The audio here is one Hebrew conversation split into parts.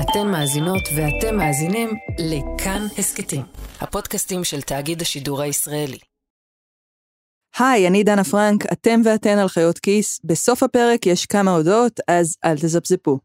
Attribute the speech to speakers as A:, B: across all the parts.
A: אתן מאזינות ואתם מאזינים לכאן הסקטים, הפודקאסטים של תאגיד השידור הישראלי.
B: היי, אני דנה פרנק, אתם ואתן על חיות כיס. בסוף הפרק יש כמה הודעות, אז אל תזפזפו.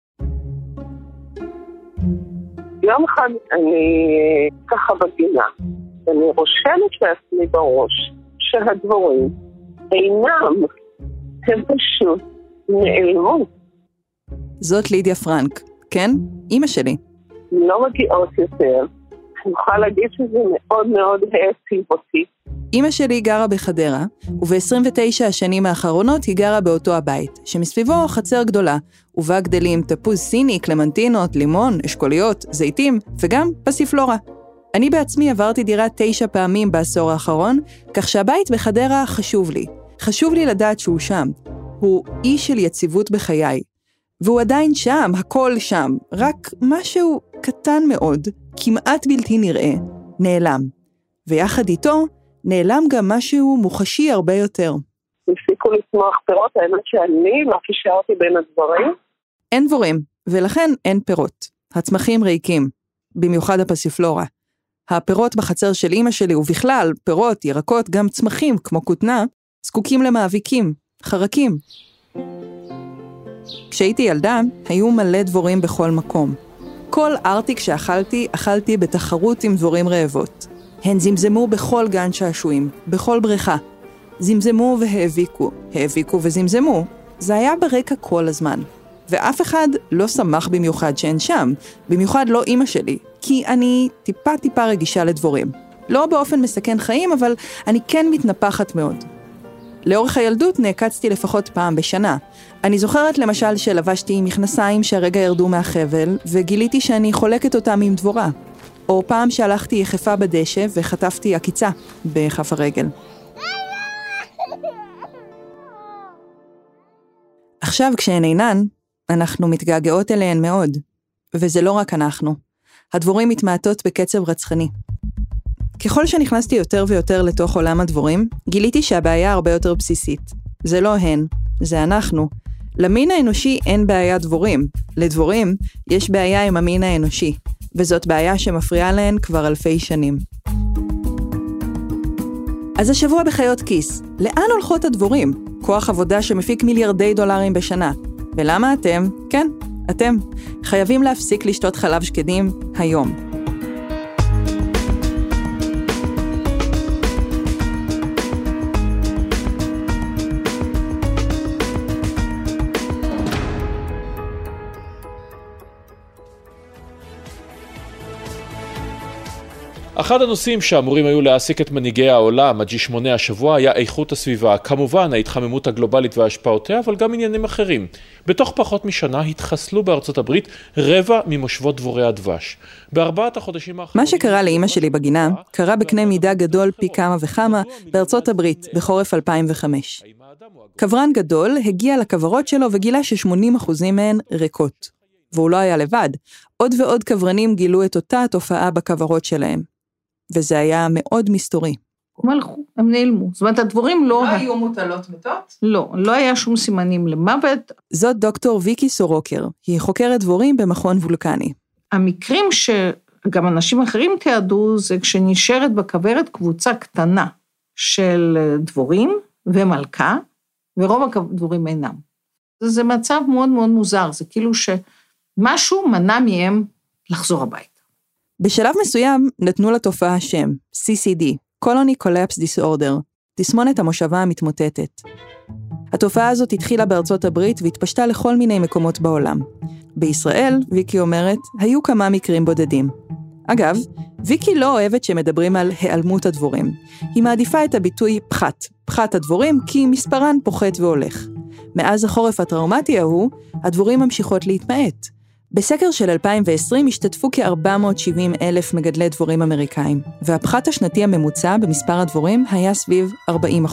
C: יום אחד אני ככה בגינה, ואני רושמת לעצמי בראש שהדבורים אינם, הם פשוט נעלמו.
B: זאת לידיה פרנק, כן? אמא שלי.
C: לא מגיעות יותר. אני יכולה להגיד שזה מאוד מאוד העציב אותי.
B: אמא שלי גרה בחדרה, וב-29 השנים האחרונות היא גרה באותו הבית, שמסביבו חצר גדולה, ובה גדלים תפוז סיני, קלמנטינות, לימון, אשכוליות, זיתים, וגם פסיפלורה. אני בעצמי עברתי דירה 9 פעמים בעשור האחרון, כך שהבית בחדרה חשוב לי. חשוב לי לדעת שהוא שם. הוא אי של יציבות בחיי. והוא עדיין שם, הכל שם, רק משהו קטן מאוד, כמעט בלתי נראה, נעלם. ויחד איתו, נעלם גם משהו מוחשי הרבה יותר.
C: הפסיקו לצמוח פירות, האמת שאני לא קישרתי בין הדברים.
B: אין דבורים, ולכן אין פירות. הצמחים ריקים, במיוחד הפסיפלורה. הפירות בחצר של אמא שלי, ובכלל, פירות, ירקות, גם צמחים, כמו כותנה, זקוקים למאביקים, חרקים. כשהייתי ילדה, היו מלא דבורים בכל מקום. כל ארטיק שאכלתי, אכלתי בתחרות עם דבורים רעבות. הן זמזמו בכל גן שעשועים, בכל בריכה. זמזמו והאביקו, האביקו וזמזמו. זה היה ברקע כל הזמן. ואף אחד לא שמח במיוחד שהן שם, במיוחד לא אמא שלי, כי אני טיפה רגישה לדבורים. לא באופן מסכן חיים, אבל אני כן מתנפחת מאוד. לאורך הילדות נעקצתי לפחות פעם בשנה. אני זוכרת למשל שלבשתי מכנסיים שהרגע ירדו מהחבל, וגיליתי שאני חולקת אותם עם דבורה. או פעם שהלכתי יחפה בדשא וחטפתי עקיצה בכף הרגל. עכשיו כשהן אינן, אנחנו מתגעגעות אליהן מאוד. וזה לא רק אנחנו. הדבורים מתמעטות בקצב רצחני. ככל שנכנסתי יותר ויותר לתוך עולם הדבורים, גיליתי שהבעיה הרבה יותר בסיסית. זה לא הן, זה אנחנו. למין האנושי אין בעיה דבורים. לדבורים יש בעיה עם המין האנושי, וזאת בעיה שמפריעה להן כבר אלפי שנים. אז השבוע בחיות כיס, לאן הולכות הדבורים? כוח עבודה שמפיק מיליארדי דולרים בשנה. ולמה אתם, כן, אתם, חייבים להפסיק לשתות חלב שקדים היום.
D: אחד הנושאים שאמורים היו להעסיק את מנהיגי העולם, G8 השבוע, היה איכות הסביבה. כמובן, ההתחממות הגלובלית והשפעותיה, אבל גם עניינים אחרים. בתוך פחות משנה התחסלו בארצות הברית רבע ממושבות דבורי הדבש. בארבעת החודשים האחרונים...
B: מה שקרה לאמא שלי בגינה, קרה בקנה מידה גדול פי כמה וכמה בארצות הברית בחורף 2005. קברן גדול הגיע לכברות שלו וגילה ש80% מהן ריקות. והוא לא היה לבד. עוד ועוד קברנים גילו את אותה התופעה בכברות שלהם. וזה היה מאוד מסתורי.
E: הם הלכו, הם נעלמו. זאת אומרת, הדבורים לא
B: היו מוטלות מתות?
E: לא היה שום סימנים למוות.
B: זאת דוקטור ויקי סורוקר, היא חוקרת דבורים במכון וולקני.
E: המקרים שגם אנשים אחרים תיעדו, זה כשנשארת בכוורת קבוצה קטנה של דבורים ומלכה, ורוב הדבורים אינם. זה מצב מאוד מאוד מוזר, זה כאילו שמשהו מנע מהם לחזור הביתה.
B: בשלב מסוים נתנו לתופעה שם, CCD, Colony Collapse Disorder, תסמונת המושבה המתמוטטת. התופעה הזאת התחילה בארצות הברית והתפשטה לכל מיני מקומות בעולם. בישראל, ויקי אומרת, היו כמה מקרים בודדים. אגב, ויקי לא אוהבת שמדברים על היעלמות הדבורים. היא מעדיפה את הביטוי פחת הדבורים, כי מספרן פוחת והולך. מאז החורף הטראומטי ההוא, הדבורים ממשיכות להתמעט. בסקר של 2020 השתתפו כ-470,000 מגדלי דבורים אמריקאים, והפחת השנתי הממוצע במספר הדבורים היה סביב 40%.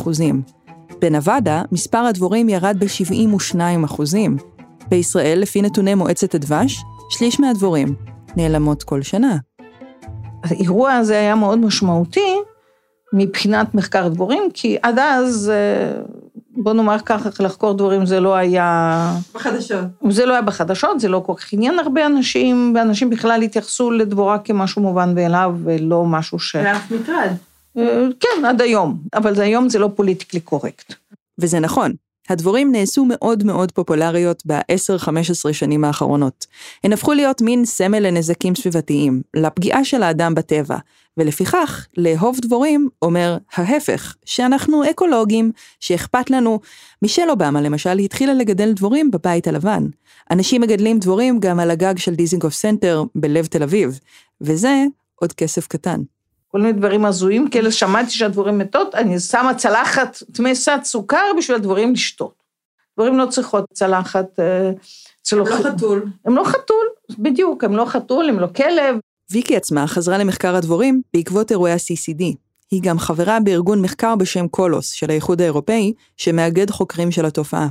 B: בנבדה, מספר הדבורים ירד ב-72%. בישראל, לפי נתוני מועצת הדבש, שליש מהדבורים נעלמות כל שנה.
E: האירוע הזה היה מאוד משמעותי מבחינת מחקר דבורים, כי עד אז בוא נאמר ככה, לחקור דברים זה לא היה...
B: בחדשות.
E: זה לא היה בחדשות, זה לא כל כך עניין הרבה אנשים, ואנשים בכלל התייחסו לדבורה כמשהו מובן מאליו, ולא משהו ש...
B: ואף מטרד.
E: כן, עד היום, אבל היום זה לא פוליטיקלי קורקט.
B: וזה נכון. הדבורים נעשו מאוד מאוד פופולריות ב-10-15 שנים האחרונות. הן הפכו להיות מין סמל לנזקים סביבתיים, לפגיעה של האדם בטבע, ולפיכך, לאהוב דבורים אומר ההפך, שאנחנו אקולוגים, שאכפת לנו. מישל אובמה למשל התחילה לגדל דבורים בבית הלבן. אנשים מגדלים דבורים גם על הגג של דיזינגוף סנטר בלב תל אביב, וזה עוד כסף קטן.
E: כל מיני דברים הזויים, כאלה שמעתי שהדבורים מתות, אני שמה צלחת תמסת סוכר בשביל הדבורים לשתות. דברים לא צריכות צלחת...
B: הם לא חתול.
E: הם לא חתול, בדיוק, הם לא חתול, הם לא כלב.
B: ויקי עצמה חזרה למחקר הדבורים בעקבות אירועי ה-CCD. היא גם חברה בארגון מחקר בשם קולוס של האיחוד האירופאי, שמאגד חוקרים של התופעה.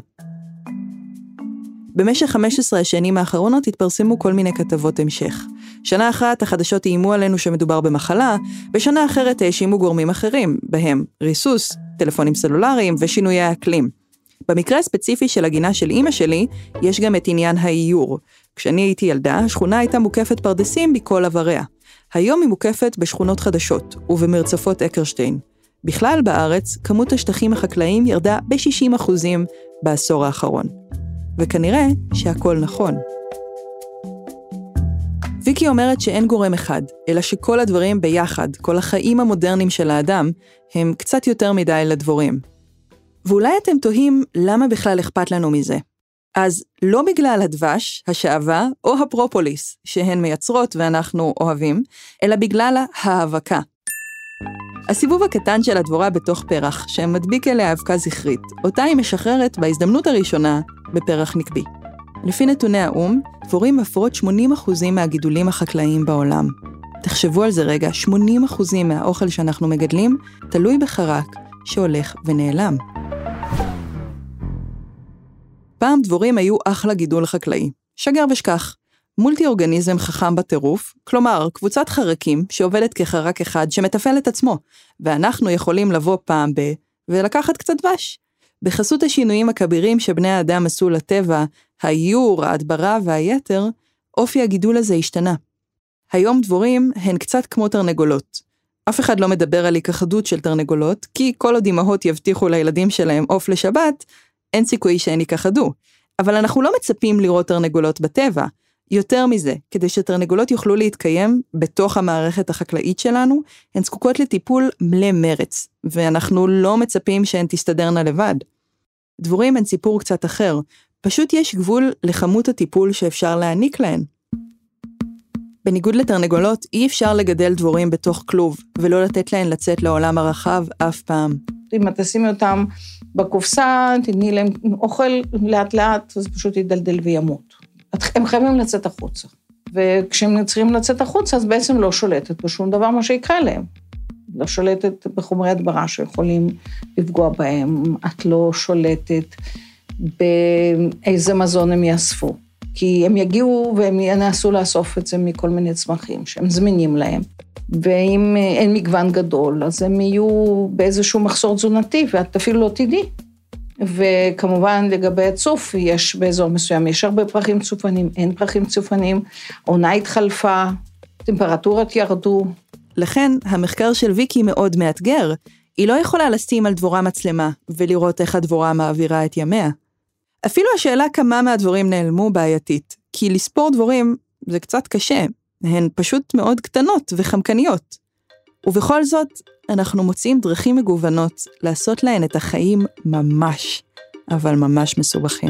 B: במשך 15 השנים האחרונות התפרסמו כל מיני כתבות המשך. שנה אחת החדשות איימו עלינו שמדובר במחלה, בשנה אחרת האשימו גורמים אחרים, בהם ריסוס, טלפונים סלולריים ושינויי האקלים. במקרה הספציפי של הגינה של אמא שלי, יש גם את עניין האיור. כשאני הייתי ילדה, השכונה הייתה מוקפת פרדסים בכל עבריה. היום היא מוקפת בשכונות חדשות ובמרצפות אקרשטיין. בכלל בארץ, כמות השטחים החקלאיים ירדה ב-60% בעשור האחרון. וכנראה שהכל נכון. ויקי אומרת שאין גורם אחד, אלא שכל הדברים ביחד, כל החיים המודרניים של האדם, הם קצת יותר מדי לדבורים. ואולי אתם תוהים למה בכלל אכפת לנו מזה. אז לא בגלל הדבש, השעבה או הפרופוליס שהן מייצרות ואנחנו אוהבים, אלא בגלל ההאבקה. הסיבוב הקטן של הדבורה בתוך פרח, שמדביק אליה אבקה זכרית, אותה היא משחררת בהזדמנות הראשונה בפרח נקבי. לפי נתוני האום, דבורים מפרות 80% מהגידולים החקלאיים בעולם. תחשבו על זה רגע, 80% מהאוכל שאנחנו מגדלים תלוי בחרק שהולך ונעלם. פעם דבורים היו אחלה גידול חקלאי, שגר ושכח. מולטי-אורגניזם חכם בטירוף, כלומר, קבוצת חרקים שעובדת כחרק אחד שמטפל את עצמו, ואנחנו יכולים לבוא פעם ולקחת קצת דבש. בחסות השינויים הכבירים שבני האדם עשו לטבע, האיור, ההדברה והיתר, אופי הגידול הזה השתנה. היום דבורים הן קצת כמו תרנגולות. אף אחד לא מדבר על היכחדות של תרנגולות, כי כל עוד אמהות יבטיחו לילדים שלהם עוף לשבת, אין סיכוי שהן ייכחדו. אבל אנחנו לא מצפים לראות תרנגולות בטבע. יותר מזה, כדי שתרנגולות יוכלו להתקיים בתוך המערכת החקלאית שלנו, הן זקוקות לטיפול מלא מרץ, ואנחנו לא מצפים שהן תסתדרנה לבד. דבורים הן סיפור קצת אחר, פשוט יש גבול לכמות הטיפול שאפשר להעניק להן. בניגוד לתרנגולות, אי אפשר לגדל דבורים בתוך כלוב, ולא לתת להן לצאת לעולם הרחב אף פעם.
E: אם תשימי אותם בקופסה, תתני להם אוכל לאט לאט, אז פשוט ידלדל וימות. הם חייבים לצאת החוצה. וכשהם צריכים לצאת החוצה, אז בעצם לא שולטת בשום דבר מה שיקרה להם. לא שולטת בחומרי הדברה שיכולים לפגוע בהם, את לא שולטת באיזה מזון הם יאספו. כי הם יגיעו והם ינסו לאסוף את זה מכל מיני צמחים שהם זמינים להם. ואם אין מגוון גדול, אז הם יהיו באיזשהו מחסור תזונתי, ואת אפילו לא תדעי. וכמובן לגבי הצוף, יש באזור מסוים, יש הרבה פרחים צופנים, אין פרחים צופנים, עונה התחלפה, טמפרטורות ירדו.
B: לכן המחקר של ויקי מאוד מאתגר, היא לא יכולה לשים על דבורה מצלמה, ולראות איך הדבורה מעבירה את ימיה. אפילו השאלה כמה מהדבורים נעלמו בעייתית, כי לספור דבורים זה קצת קשה, הן פשוט מאוד קטנות וחמקניות. ובכל זאת, אנחנו מוצאים דרכים מגוונות לעשות להן את החיים ממש, אבל ממש מסובכים.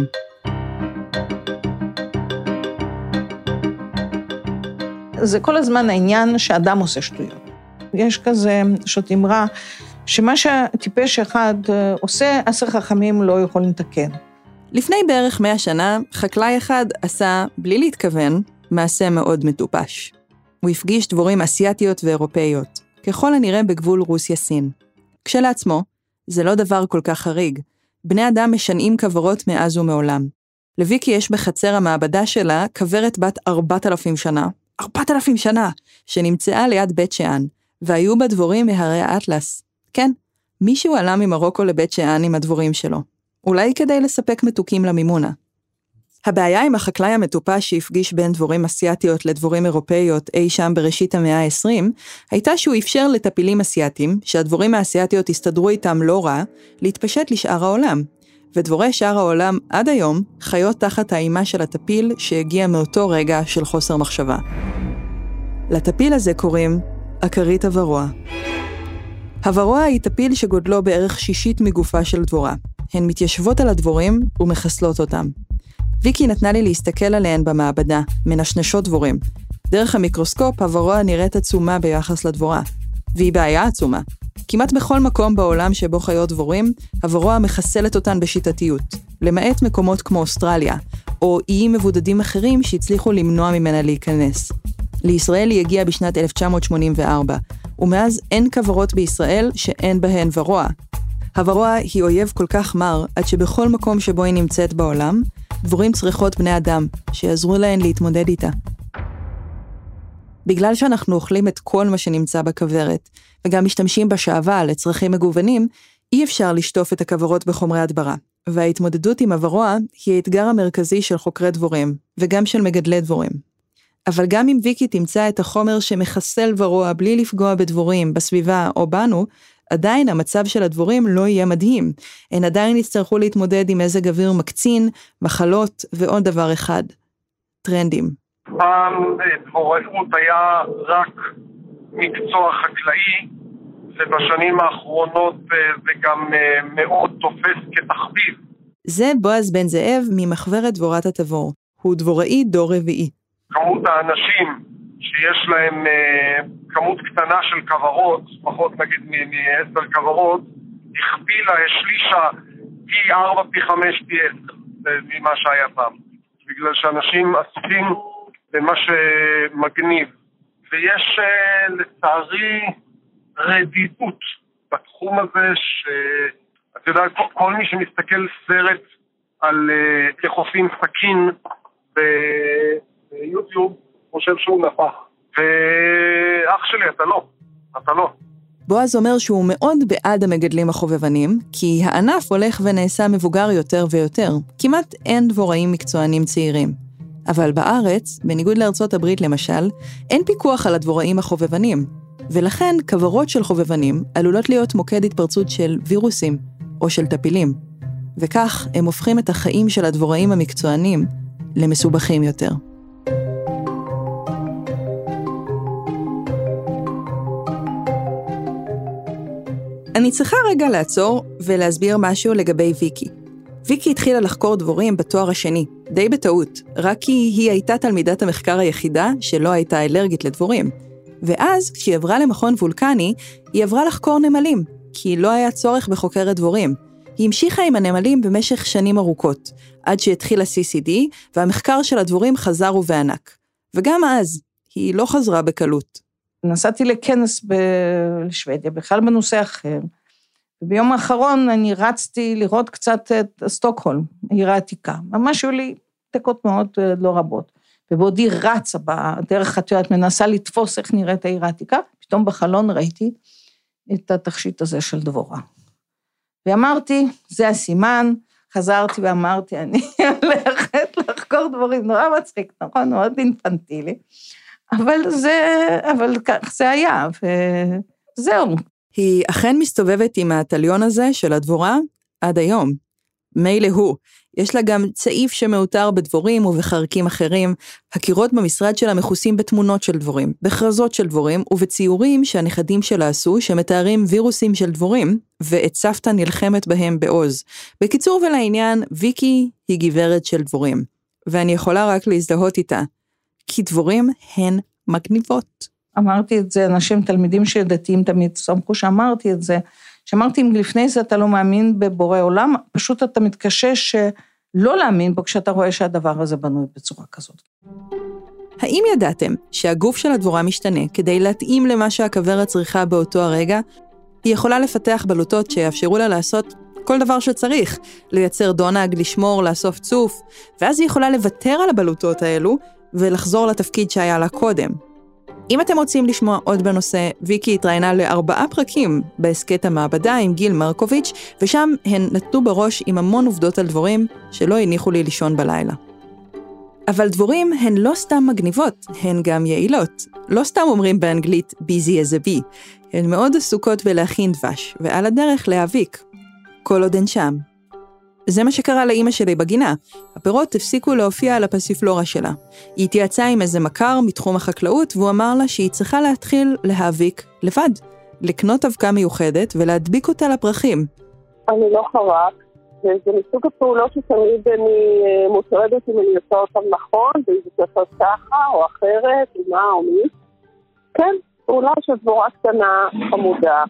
E: זה כל הזמן העניין שאדם עושה שטויות. יש כזה אמרה, שמה שטיפש אחד עושה, 10 חכמים לא יכולים לתקן.
B: לפני בערך 100 שנה, חקלאי אחד עשה, בלי להתכוון, מעשה מאוד מטופש. הוא הפגיש דבורים אסיאטיות ואירופאיות, ככל הנראה בגבול רוסיה-סין. כשלעצמו, זה לא דבר כל כך חריג. בני אדם משנעים כברות מאז ומעולם. לויקי יש בחצר המעבדה שלה כברת בת 4,000 שנה, 4,000 שנה, שנמצאה ליד בית שאן, והיו בה דבורים מהרי האטלס. כן, מישהו עלה ממרוקו לבית שאן עם הדבורים שלו. אולי כדי לספק מתוקים למימונה. הבעיה עם החקלאי המטופש שהפגיש בין דבורים אסיאטיות לדבורים אירופאיות אי שם בראשית המאה ה-20, הייתה שהוא אפשר לטפילים אסיאטיים, שהדבורים האסיאטיות הסתדרו איתם לא רע, להתפשט לשאר העולם. ודבורי שאר העולם עד היום חיות תחת האימה של הטפיל שהגיע מאותו רגע של חוסר מחשבה. לטפיל הזה קוראים עקרית הוורוע. הוורוע היא טפיל שגודלו בערך 1/6 מגופה של דבורה. הן מתיישבות על הדבורים ומחסלות אותם. ויקי נתנה לי להסתכל עליהן במעבדה, מנשנשות דבורים. דרך המיקרוסקופ הוורוע נראית עצומה ביחס לדבורה. והיא בעיה עצומה. כמעט בכל מקום בעולם שבו חיות דבורים, הוורוע מחסלת אותן בשיטתיות, למעט מקומות כמו אוסטרליה, או איים מבודדים אחרים שהצליחו למנוע ממנה להיכנס. לישראל היא הגיעה בשנת 1984, ומאז אין כוורות בישראל שאין בהן ורוע. הוורוע היא אויב כל כך מר, עד שבכל מקום שבו היא נמצאת בעולם, דבורים צריכות בני אדם, שיעזרו להן להתמודד איתה. בגלל שאנחנו אוכלים את כל מה שנמצא בכוורת, וגם משתמשים בשעווה לצרכים מגוונים, אי אפשר לשטוף את הכוורות בחומרי הדברה. וההתמודדות עם הוורוע היא האתגר המרכזי של חוקרי דבורים, וגם של מגדלי דבורים. אבל גם אם ויקי תמצא את החומר שמחסל ורוע בלי לפגוע בדבורים, בסביבה או בנו, עדיין המצב של הדבורים לא יהיה מדהים. הן עדיין יצטרכו להתמודד עם מזג אוויר מקצין, מחלות ועוד דבר אחד. טרנדים.
F: פעם דבוראות היה רק מקצוע חקלאי, ובשנים האחרונות זה גם מאוד תופס כתחביב.
B: זה בועז בן זאב ממחברת דבורת התבור. הוא דבוראי דור רביעי.
F: כמות האנשים שיש להם כמות קטנה של כוורות, פחות נגיד מ-10 כוורות, הכפילה, השלישה, פי 4, פי 5, פי 10 ממה שהיה פעם. בגלל שאנשים עסוקים במה שמגניב. ויש לצערי רדידות בתחום הזה, אתה יודע, כל מי שמסתכל סרט על איך עושים סכין ביוטיוב, חושב שהוא נפח. ואח שלי, אתה לא.
B: בועז אומר שהוא מאוד בעד המגדלים החובבנים, כי הענף הולך ונעשה מבוגר יותר ויותר. כמעט אין דבוראים מקצוענים צעירים. אבל בארץ, בניגוד לארצות הברית למשל, אין פיקוח על הדבוראים החובבנים. ולכן כוורות של חובבנים עלולות להיות מוקד התפרצות של וירוסים או של טפילים. וכך הם הופכים את החיים של הדבוראים המקצוענים למסובכים יותר. אני צריכה רגע לעצור ולהסביר משהו לגבי ויקי. ויקי התחילה לחקור דבורים בתואר השני, די בטעות, רק כי היא הייתה תלמידת המחקר היחידה שלא הייתה אלרגית לדבורים. ואז, כשהיא עברה למכון וולקני, היא עברה לחקור נמלים, כי לא היה צורך בחוקרת דבורים. היא המשיכה עם הנמלים במשך שנים ארוכות, עד שהתחילה CCD, והמחקר של הדבורים חזר ובענק. וגם אז, היא לא חזרה בקלות.
E: נסעתי לכנס בשוודיה, בכלל בנושא אחר, וביום האחרון אני רצתי לראות קצת את סטוקהולם, העיר העתיקה. ממש היו לי דקות מאוד לא רבות. ובעודי רצה בדרך את מנסה לתפוס איך נראית העיר העתיקה, פתאום בחלון ראיתי את התכשיט הזה של דבורה. ואמרתי, זה הסימן, חזרתי ואמרתי, אני הולכת לחקור דבורים, נורא מצחיק, נכון, מאוד אינפנטילי, אבל כך זה היה, וזהו.
B: היא אכן מסתובבת עם הטליון הזה של הדבורה עד היום. מילא הוא, יש לה גם צעיף שמאותר בדבורים ובחרקים אחרים. הקירות במשרד שלה מכוסים בתמונות של דבורים, בכרזות של דבורים ובציורים שהנכדים שלה עשו שמתארים וירוסים של דבורים, ואת סבתא נלחמת בהם בעוז. בקיצור ולעניין, ויקי היא גברת של דבורים. ואני יכולה רק להזדהות איתה, כי דבורים הן מגניבות.
E: אמרתי את זה, אנשים, תלמידים שדתיים תמיד סמכו שאמרתי את זה, שאמרתי, אם לפני זה אתה לא מאמין בבורא עולם, פשוט אתה מתקשה שלא להאמין בו כשאתה רואה שהדבר הזה בנוי בצורה כזאת.
B: האם ידעתם שהגוף של הדבורה משתנה כדי להתאים למה שהכוורת צריכה באותו הרגע? היא יכולה לפתח בלוטות שיאפשרו לה לעשות כל דבר שצריך, לייצר דונג, לשמור, לאסוף צוף, ואז היא יכולה לוותר על הבלוטות האלו ולחזור לתפקיד שהיה לה קודם. אם אתם רוצים לשמוע עוד בנושא, ויקי התראיינה ל4 פרקים בהסקט המעבדה עם גיל מרקוביץ', ושם הן נתנו בראש עם המון עובדות על דבורים שלא הניחו לי לישון בלילה. אבל דבורים הן לא סתם מגניבות, הן גם יעילות. לא סתם אומרים באנגלית busy as a bee, הן מאוד עסוקות בלהכין דבש, ועל הדרך להאביק. כל עוד הן שם. זה מה שקרה לאמא שלי בגינה. הפירות הפסיקו להופיע על הפסיפלורה שלה. היא התייעצה עם איזה מכר מתחום החקלאות, והוא אמר לה שהיא צריכה להתחיל להאביק לבד. לקנות אבקה מיוחדת ולהדביק אותה לפרחים.
C: אני לא חרק, וזה מסוג הפעולות שתמיד אני מוטרדת אם אני עושה אותם נכון, ואם זה צריך ככה או אחרת, או מה או מי. כן, פעולה של דבורה קטנה חמודה.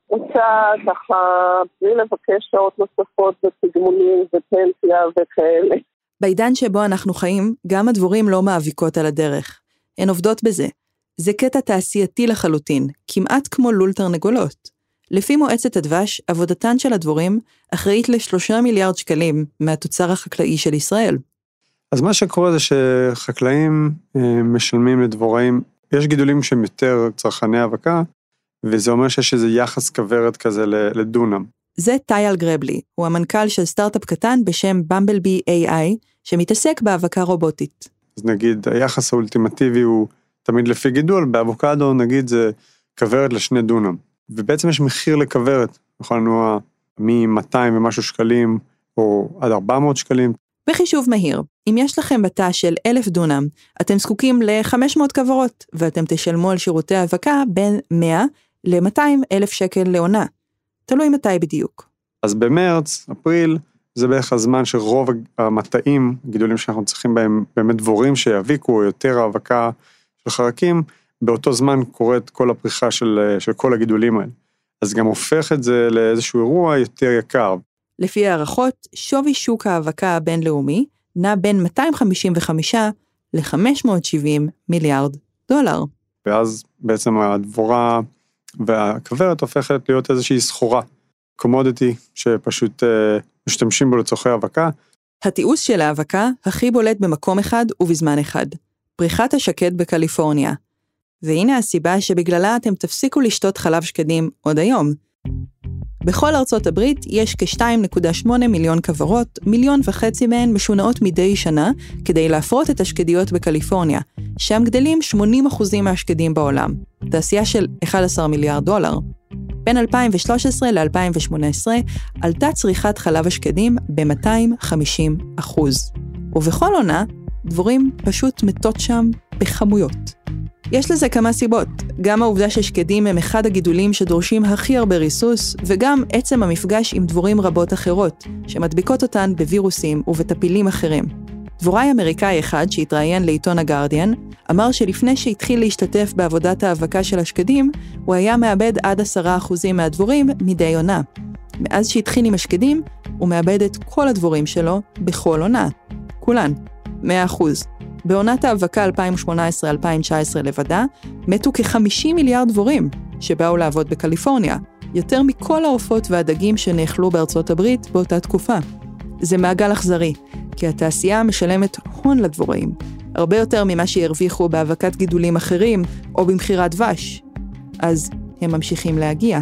C: עושה ככה, בלי לבקש שעות נוספות ותגמולים ופנסיה וכאלה.
B: בעידן שבו אנחנו חיים, גם הדבורים לא מאביקות על הדרך. הן עובדות בזה. זה קטע תעשייתי לחלוטין, כמעט כמו לול תרנגולות. לפי מועצת הדבש, עבודתן של הדבורים אחראית ל3 מיליארד שקלים מהתוצר החקלאי של ישראל.
G: אז מה שקורה זה שחקלאים משלמים לדבוראים, יש גידולים שהם יותר צרכני אבקה, וזה אומר שיש איזה יחס כברת כזה לדונם.
B: זה טייל גרבלי, הוא המנכ"ל של סטארט-אפ קטן בשם במבלבי AI, שמתעסק באבקה רובוטית.
G: אז נגיד, היחס האולטימטיבי הוא תמיד לפי גידול, באבוקדו נגיד זה כברת ל2 דונם. ובעצם יש מחיר לכברת, יכול לנוע מ-200 ומשהו שקלים, או עד 400 שקלים.
B: בחישוב מהיר, אם יש לכם בתא של 1,000 דונם, אתם זקוקים ל-500 כברות, ואתם תשלמו על שירותי האבקה בין 100 ל-200,000 שקל לעונה. תלוי מתי בדיוק.
G: אז במרץ, אפריל, זה בערך הזמן שרוב המטעים, גידולים שאנחנו צריכים בהם באמת דבורים שיאביקו, או יותר האבקה של חרקים, באותו זמן קורית כל הפריחה של כל הגידולים האלה. אז גם הופך את זה לאיזשהו אירוע יותר יקר.
B: לפי הערכות, שווי שוק האבקה הבינלאומי נע בין 255 ל-570 מיליארד דולר.
G: ואז בעצם הדבורה והכברת הופכת להיות איזושהי סחורה, קומודיטי, שפשוט משתמשים בו לצורכי האבקה.
B: התיעוש של האבקה הכי בולט במקום אחד ובזמן אחד, פריחת השקד בקליפורניה. והנה הסיבה שבגללה אתם תפסיקו לשתות חלב שקדים עוד היום. בכל ארצות הברית יש כ-2.8 מיליון כברות, 1.5 מיליון מהן משונעות מדי שנה כדי להפרות את השקדיות בקליפורניה, שם גדלים 80% מהשקדים בעולם, תעשייה של 11 מיליארד דולר. בין 2013 ל-2018 עלתה צריכת חלב השקדים ב-250%. ובכל עונה, דבורים פשוט מתות שם בכמויות. יש לזה כמה סיבות, גם העובדה ששקדים הם אחד הגידולים שדורשים הכי הרבה ריסוס, וגם עצם המפגש עם דבורים רבות אחרות, שמדביקות אותן בווירוסים ובטפילים אחרים. דבוראי אמריקאי אחד שהתראיין לעיתון הגארדיאן, אמר שלפני שהתחיל להשתתף בעבודת האבקה של השקדים, הוא היה מאבד עד 10% מהדבורים מדי עונה. מאז שהתחיל עם השקדים, הוא מאבד את כל הדבורים שלו בכל עונה. כולן, 100%. בעונת האבקה 2018-2019 לבדה, מתו כ-50 מיליארד דבורים שבאו לעבוד בקליפורניה, יותר מכל העופות והדגים שנאכלו בארצות הברית באותה תקופה. זה מעגל אכזרי, כי התעשייה משלמת הון לדבוראים, הרבה יותר ממה שירוויחו באבקת גידולים אחרים או במחירת דבש. אז הם ממשיכים להגיע.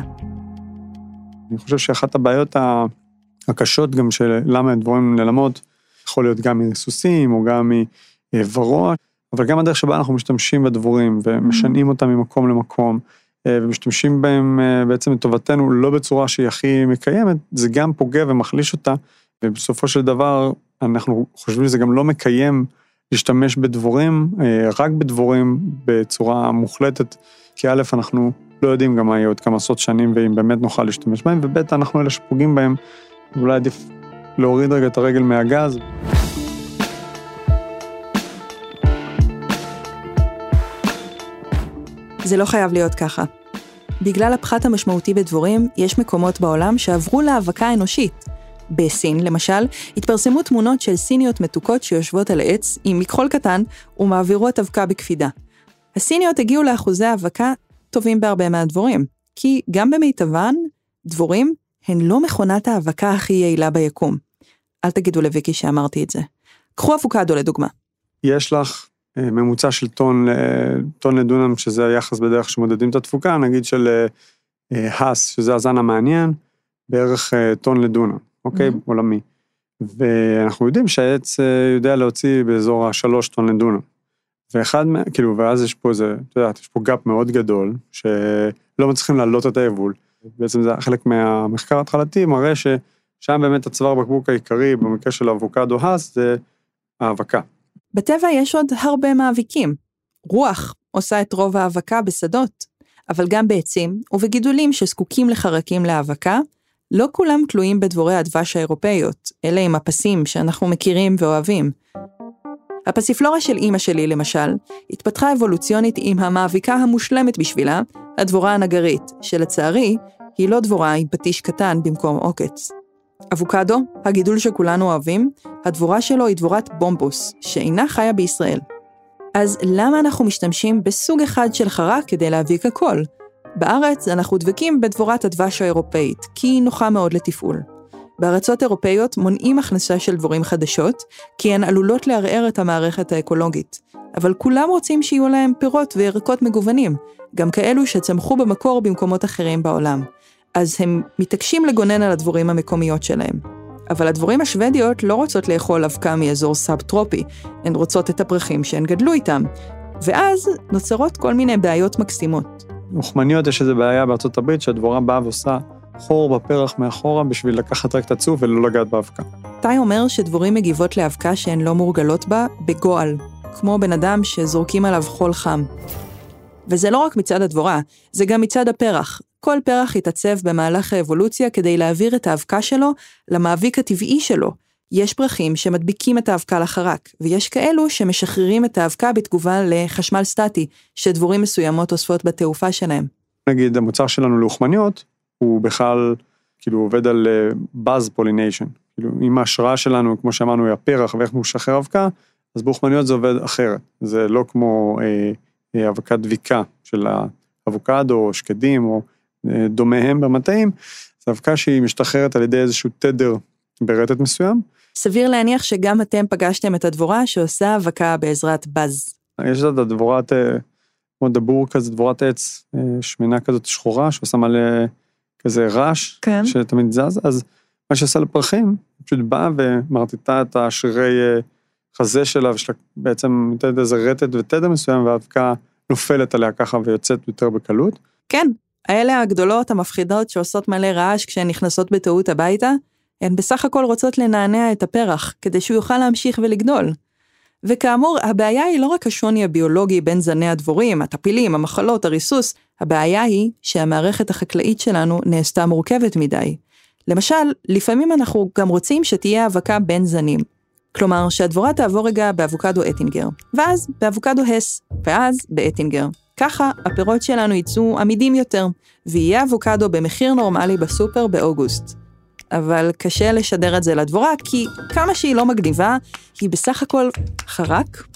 G: אני חושב שאחת הבעיות הקשות גם של למה הדבורים נעלמות, יכול להיות גם מריסוסים או גם ורוע, אבל גם הדרך שבה אנחנו משתמשים בדבורים ומשנים אותם ממקום למקום, ומשתמשים בהם בעצם לטובתנו לא בצורה שהיא הכי מקיימת, זה גם פוגע ומחליש אותה, ובסופו של דבר אנחנו חושבים שזה גם לא מקיים להשתמש בדבורים, רק בדבורים בצורה מוחלטת, כי א' אנחנו לא יודעים גם מה יהיה עוד כמה עשרות שנים, ואם באמת נוכל להשתמש בהם, וב' אנחנו אלה שפוגעים בהם, ואולי עדיף להוריד רגע את הרגל מהגז.
B: זה לא חייב להיות ככה. בגלל הפחת המשמעותי בדבורים, יש מקומות בעולם שעברו להאבקה אנושית. בסין, למשל, התפרסמו תמונות של סיניות מתוקות שיושבות על עץ עם מכחול קטן ומעבירות אבקה בקפידה. הסיניות הגיעו לאחוזי האבקה טובים בהרבה מהדבורים, כי גם במיטבן, דבורים הן לא מכונת האבקה הכי יעילה ביקום. אל תגידו לויקי שאמרתי את זה. קחו אבוקדו לדוגמה.
G: יש לך ממוצע של טון לדונם, שזה היחס בדרך שמודדים את התפוקה, נגיד של הס, שזה הזן המעניין, בערך טון לדונם, אוקיי? עולמי. ואנחנו יודעים שהעץ יודע להוציא באזור 3 טון לדונם. ואז יש פה יש פה גאפ מאוד גדול, שלא מצליחים לעלות את היבול. בעצם זה חלק מהמחקר התחלתי, מראה ששם באמת הצוואר בקבוק העיקרי, במקרה של אבוקדו הס, זה האבקה.
B: בטבע יש עוד הרבה מאביקים. רוח עושה את רוב האבקה בשדות, אבל גם בעצים ובגידולים שזקוקים לחרקים להאבקה, לא כולם תלויים בדבורי הדבש האירופאיות, אלה עם הפסים שאנחנו מכירים ואוהבים. הפסיפלורה של אמא שלי, למשל, התפתחה אבולוציונית עם המאביקה המושלמת בשבילה, הדבורה הנגרית, שלצערי, היא לא דבורה עם פטיש קטן במקום עוקץ. אבוקדו, הגידול שכולנו אוהבים, הדבורה שלו היא דבורת בומבוס, שאינה חיה בישראל. אז למה אנחנו משתמשים בסוג אחד של חרק כדי להאביק הכל? בארץ אנחנו דבקים בדבורת הדבש האירופאית, כי היא נוחה מאוד לתפעול. בארצות אירופאיות מונעים הכנסה של דבורים חדשות, כי הן עלולות לערער את המערכת האקולוגית. אבל כולם רוצים שיהיו להם פירות וירקות מגוונים, גם כאלו שצמחו במקור במקומות אחרים בעולם. אז הם מתעקשים לגונן על הדבורים המקומיות שלהם. אבל הדבורים השוודיות לא רוצות לאכול אבקה מאזור סאב-טרופי, הן רוצות את הפרחים שהן גדלו איתם. ואז נוצרות כל מיני בעיות מקסימות.
G: אוכמניות יש איזו בעיה בארצות הברית, שהדבורה באה ועושה חור בפרח מאחורה בשביל לקחת רק את הצוף ולא לגעת באבקה.
B: תאי אומר שדבורים מגיבות לאבקה שהן לא מורגלות בה בגועל, כמו בן אדם שזורקים עליו חול חם. וזה לא רק מצד הדבורה, זה גם מצד הפרח. כל פרח יתעצב במהלך האבולוציה כדי להעביר את האבקה שלו למאביק הטבעי שלו. יש פרחים שמדביקים את האבקה לחרק, ויש כאלו שמשחררים את האבקה בתגובה לחשמל סטטי, שדבורים מסוימות אוספות בתעופה שלהם.
G: נגיד, המוצר שלנו לאוכמניות, הוא בכלל כאילו עובד על באז פוליניישן. כאילו, אם ההשראה שלנו, כמו שאמרנו, היא הפרח ואיך הוא משחרר אבקה, אז באוכמניות זה עובד אחרת. זה לא כמו אבקת דביקה של האבוקדו או שקדים או דומיהם במטעים, זה אבקה שהיא משתחררת על ידי איזשהו תדר ברטט מסוים.
B: סביר להניח שגם אתם פגשתם את הדבורה שעושה אבקה בעזרת באז.
G: יש את הדבורת, כמו דבור כזה, דבורת עץ, שמנה כזאת שחורה, שעושה מלא כזה רעש,
B: כן.
G: שתמיד זז, אז מה שעושה לפרחים, פשוט באה ומרטיטה את השרירי חזה שלה, בעצם נותנת איזה רטט ותדר מסוים, והאבקה נופלת עליה ככה ויוצאת יותר בקלות.
B: כן, האלה הגדולות, המפחידות, שעושות מלא רעש כשהן נכנסות בטעות הביתה, הן בסך הכל רוצות לנענע את הפרח, כדי שהוא יוכל להמשיך ולגדול. וכאמור, הבעיה היא לא רק השוני הביולוגי בין זני הדבורים, הטפילים, המחלות, הריסוס, הבעיה היא שהמערכת החקלאית שלנו נעשתה מורכבת מדי. למשל, לפעמים אנחנו גם רוצים שתהיה אבקה בין זנים. כלומר, שהדבורה תעבור רגע באבוקדו אטינגר, ואז באבוקדו הס, ואז באטינגר. ככה הפירות שלנו ייצאו עמידים יותר, ויהיה אבוקדו במחיר נורמלי בסופר באוגוסט. אבל קשה לשדר את זה לדבורה, כי כמה שהיא לא מגניבה, היא בסך הכל חרק.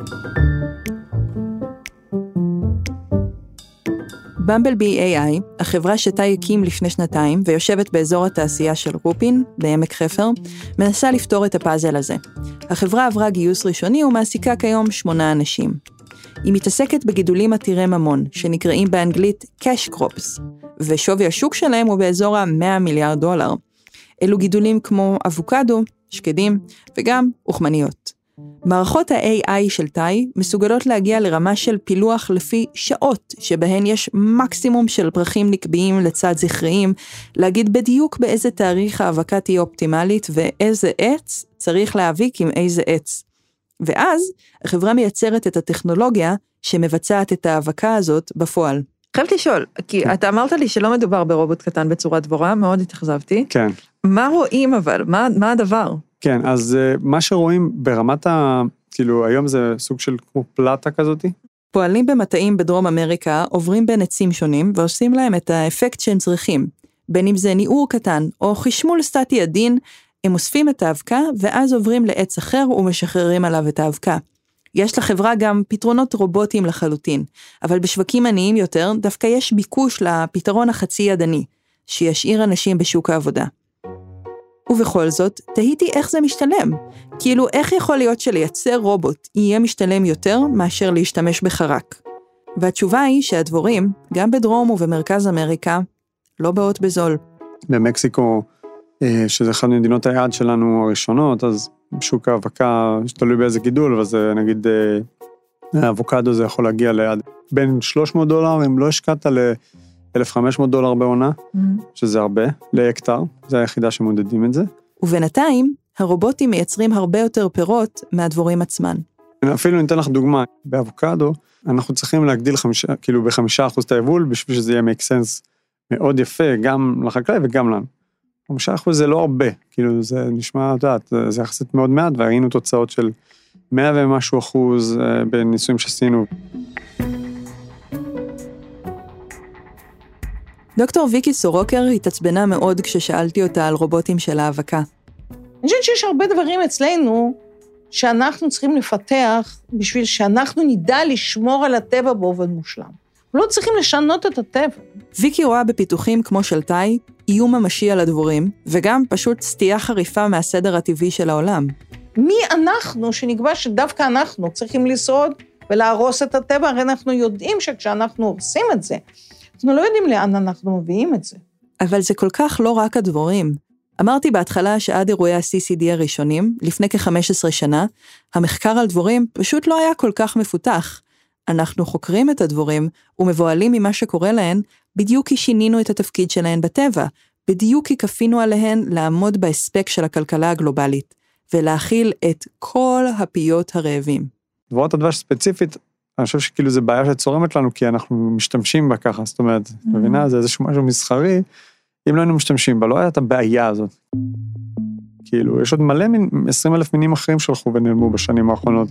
B: במבלבי AI, החברה שתאי הקים לפני שנתיים, ויושבת באזור התעשייה של רופין, בעמק חפר, מנסה לפתור את הפאזל הזה. החברה עברה גיוס ראשוני ומעסיקה כיום 8 אנשים. היא מתעסקת בגידולים עתירי ממון, שנקראים באנגלית cash crops, ושווי השוק שלהם הוא באזור $100 מיליארד. אלו גידולים כמו אבוקדו, שקדים וגם אוכמניות. מערכות ה-AI של תאי מסוגלות להגיע לרמה של פילוח לפי שעות, שבהן יש מקסימום של פרחים נקביים לצד זכריים, להגיד בדיוק באיזה תאריך האבקה תהיה אופטימלית ואיזה עץ צריך להאביק עם איזה עץ. ואז החברה מייצרת את הטכנולוגיה שמבצעת את האבקה הזאת בפועל. חייבת לשאול, כי אתה אמרת לי שלא מדובר ברובוט קטן בצורת דבורה, מאוד התאכזבתי.
G: כן.
B: מה רואים אבל? מה הדבר?
G: כן, אז מה שרואים ברמת כאילו היום זה סוג של כמו פלטה כזאת.
B: פועלים במטעים בדרום אמריקה עוברים בין עצים שונים ועושים להם את האפקט שהם צריכים. בין אם זה ניעור קטן או חשמול סטטי עדין, הם אוספים את האבקה ואז עוברים לעץ אחר ומשחררים עליו את האבקה. יש לחברה גם פתרונות רובוטיים לחלוטין, אבל בשווקים עניים יותר דווקא יש ביקוש לפתרון החצי ידני, שישאיר אנשים בשוק העבודה. ובכל זאת, תהיתי איך זה משתלם. כאילו, איך יכול להיות שלייצר רובוט יהיה משתלם יותר מאשר להשתמש בחרק? והתשובה היא שהדבורים, גם בדרום ובמרכז אמריקה, לא באות בזול.
G: במקסיקו, שזה אחד ממדינות היעד שלנו הראשונות, אז שוק האבקה, שתלוי באיזה גידול, אבל זה נגיד, האבוקדו זה יכול להגיע ליד בין $300, אם לא השקעת $1,500 בעונה, שזה הרבה, להקטר, זה היחידה שמודדים את זה.
B: ובינתיים, הרובוטים מייצרים הרבה יותר פירות מהדבורים עצמן.
G: אפילו ניתן לך דוגמה, באבוקדו, אנחנו צריכים להגדיל כאילו ב5% את היבול, בשביל שזה יהיה make sense מאוד יפה, גם לחקלאי וגם לנו. 5% זה לא הרבה, כאילו זה נשמע, את יודעת, זה יחסית מאוד מעט, והראינו תוצאות של 100 ומשהו אחוז בניסויים שעשינו.
B: דוקטור ויקי סורוקר התעצבנה מאוד כששאלתי אותה על רובוטים של האבקה.
E: אני חושבת שיש הרבה דברים אצלנו שאנחנו צריכים לפתח בשביל שאנחנו נדע לשמור על הטבע באופן מושלם. לא צריכים לשנות את הטבע.
B: ויקי רואה בפיתוחים כמו שלטאי איום ממשי על הדבורים, וגם פשוט סטייה חריפה מהסדר הטבעי של העולם.
E: מי אנחנו שנקבע שדווקא אנחנו צריכים לשרוד ולהרוס את הטבע? הרי אנחנו יודעים שכשאנחנו עושים את זה, אנחנו לא יודעים לאן אנחנו מביאים את זה.
B: אבל זה כל כך לא רק הדבורים. אמרתי בהתחלה שעד אירועי ה-CCD הראשונים, לפני כ-15 שנה, המחקר על דבורים פשוט לא היה כל כך מפותח. אנחנו חוקרים את הדבורים ומבועלים ממה שקורה להן, בדיוק כי שינינו את התפקיד שלהן בטבע, בדיוק כי כפינו עליהן לעמוד בהספק של הכלכלה הגלובלית, ולהכיל את כל הפיות הרעבים.
G: דבורת הדבש ספציפית, אני חושב שכאילו זה בעיה שצורמת לנו, כי אנחנו משתמשים בה ככה, זאת אומרת, מבינה, זה איזשהו משהו מסחרי, אם לא היינו משתמשים בה, לא הייתה את הבעיה הזאת. כאילו, יש עוד מלא 20,000 מינים אחרים שהלכו ונעלמו בשנים האחרונות,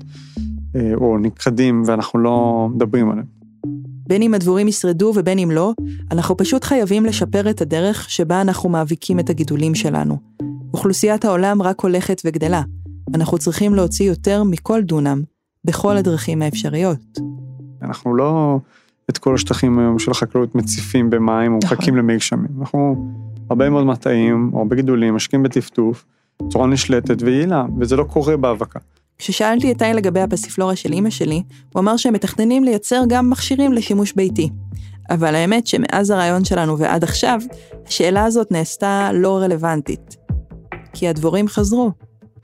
G: או נכחדים, ואנחנו לא מדברים עליהם.
B: בין אם הדבורים ישרדו ובין אם לא, אנחנו פשוט חייבים לשפר את הדרך שבה אנחנו מאביקים את הגידולים שלנו. אוכלוסיית העולם רק הולכת וגדלה. אנחנו צריכים להוציא יותר מכל דונם, בכל הדרכים האפשריות. אנחנו
G: לא את כל השטחים היום של החקלאות מציפים במים, ומחכים למי גשמים. אנחנו הרבה מאוד מטעים, או הרבה גידולים, משקים בטפטוף, צורה נשלטת ויעילה, וזה לא קורה באבקה.
B: כששאלתי את איי לגבי הפסיפלורה של אמא שלי, הוא אמר שהם מתכננים לייצר גם מכשירים לשימוש ביתי. אבל האמת שמאז הרעיון שלנו ועד עכשיו, השאלה הזאת נעשתה לא רלוונטית. כי הדבורים חזרו.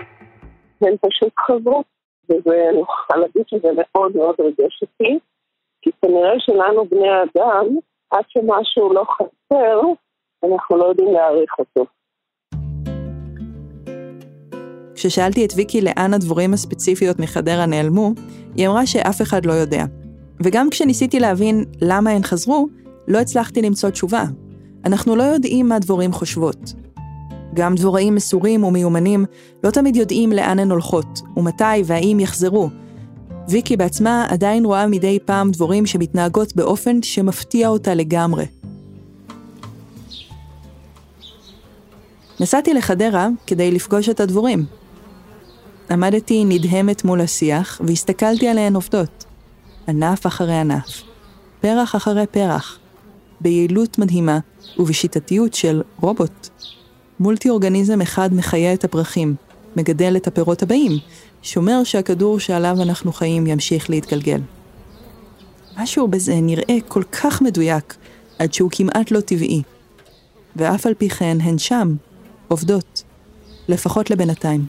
C: הם פשוט חזרו, ואני יכולה להגיד שזה מאוד מאוד רגש אותי, כי כנראה שלנו בני האדם, עד שמשהו לא חסר, אנחנו לא יודעים להעריך אותו.
B: כששאלתי את ויקי לאן הדבורים הספציפיות מחדרה נעלמו, היא אמרה שאף אחד לא יודע. וגם כשניסיתי להבין למה הן חזרו, לא הצלחתי למצוא תשובה. אנחנו לא יודעים מה דבורים חושבות. גם דבוראים מסורים ומיומנים לא תמיד יודעים לאן הן הולכות, ומתי והאם יחזרו. ויקי בעצמה עדיין רואה מדי פעם דבורים שמתנהגות באופן שמפתיע אותה לגמרי. נסעתי לחדרה כדי לפגוש את הדבורים. עמדתי נדהמת מול השיח והסתכלתי עליהן עובדות. ענף אחרי ענף, פרח אחרי פרח, ביעילות מדהימה ובשיטתיות של רובוט. מולטי-אורגניזם אחד מחיה את הפרחים, מגדל את הפירות הבאים, שומר שהכדור שעליו אנחנו חיים ימשיך להתגלגל. משהו בזה נראה כל כך מדויק, עד שהוא כמעט לא טבעי. ואף על פי כן הן שם, עובדות, לפחות לבינתיים.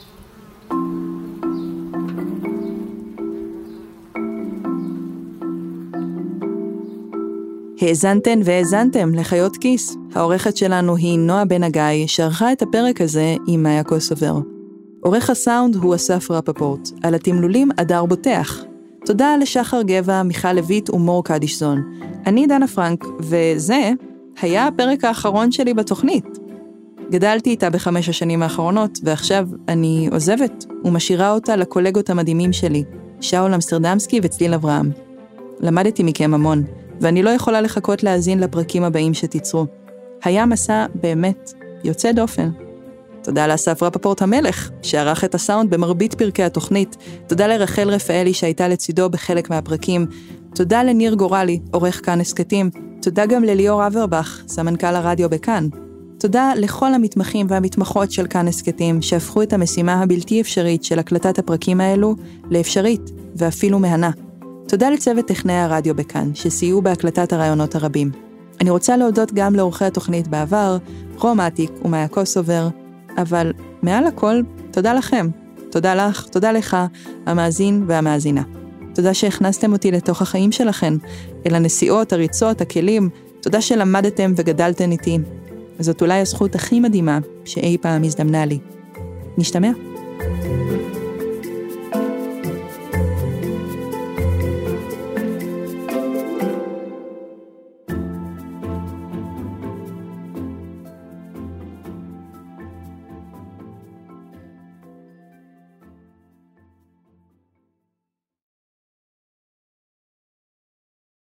B: האזנתן והאזנתם לחיות כיס. העורכת שלנו היא נועה בן הגיא, שערכה את הפרק הזה עם מאיה קוסובר. עורך הסאונד הוא אסף רפפורט, על התמלולים אדר בוטח. תודה לשחר גבע, מיכל לויט ומור קדישזון. אני דנה פרנק, וזה היה הפרק האחרון שלי בתוכנית. גדלתי איתה ב5 השנים האחרונות, ועכשיו אני עוזבת ומשאירה אותה לקולגות המדהימים שלי, שאול אמסטרדמסקי וצליל אברהם. למדתי מכם המון, ואני לא יכולה לחכות להאזין לפרקים הבאים שתיצרו. היה מסע באמת יוצא דופן. תודה לאסף רפפורט המלך, שערך את הסאונד במרבית פרקי התוכנית. תודה לרחל רפאלי שהייתה לצידו בחלק מהפרקים. תודה לניר גורלי, עורך כאן הסקטים. תודה גם לליאור אברבך, סמנכ"ל הרדיו בכאן. תודה לכל המתמחים והמתמחות של כאן הסקטים, שהפכו את המשימה הבלתי אפשרית של הקלטת הפרקים האלו לאפשרית ואפילו מהנה. תודה לצוות טכנאי הרדיו בכאן, שסייעו בהקלטת הרעיונות הרבים. אני רוצה להודות גם לאורחי התוכנית בעבר, רום עתיק ומאיה קוסובר, אבל מעל הכל, תודה לכם. תודה לך, תודה לך, המאזין והמאזינה. תודה שהכנסתם אותי לתוך החיים שלכם, אל הנסיעות, הריצות, הכלים, תודה שלמדתם וגדלתם איתי. זאת אולי הזכות הכי מדהימה שאי פעם הזדמנה לי. נשתמע.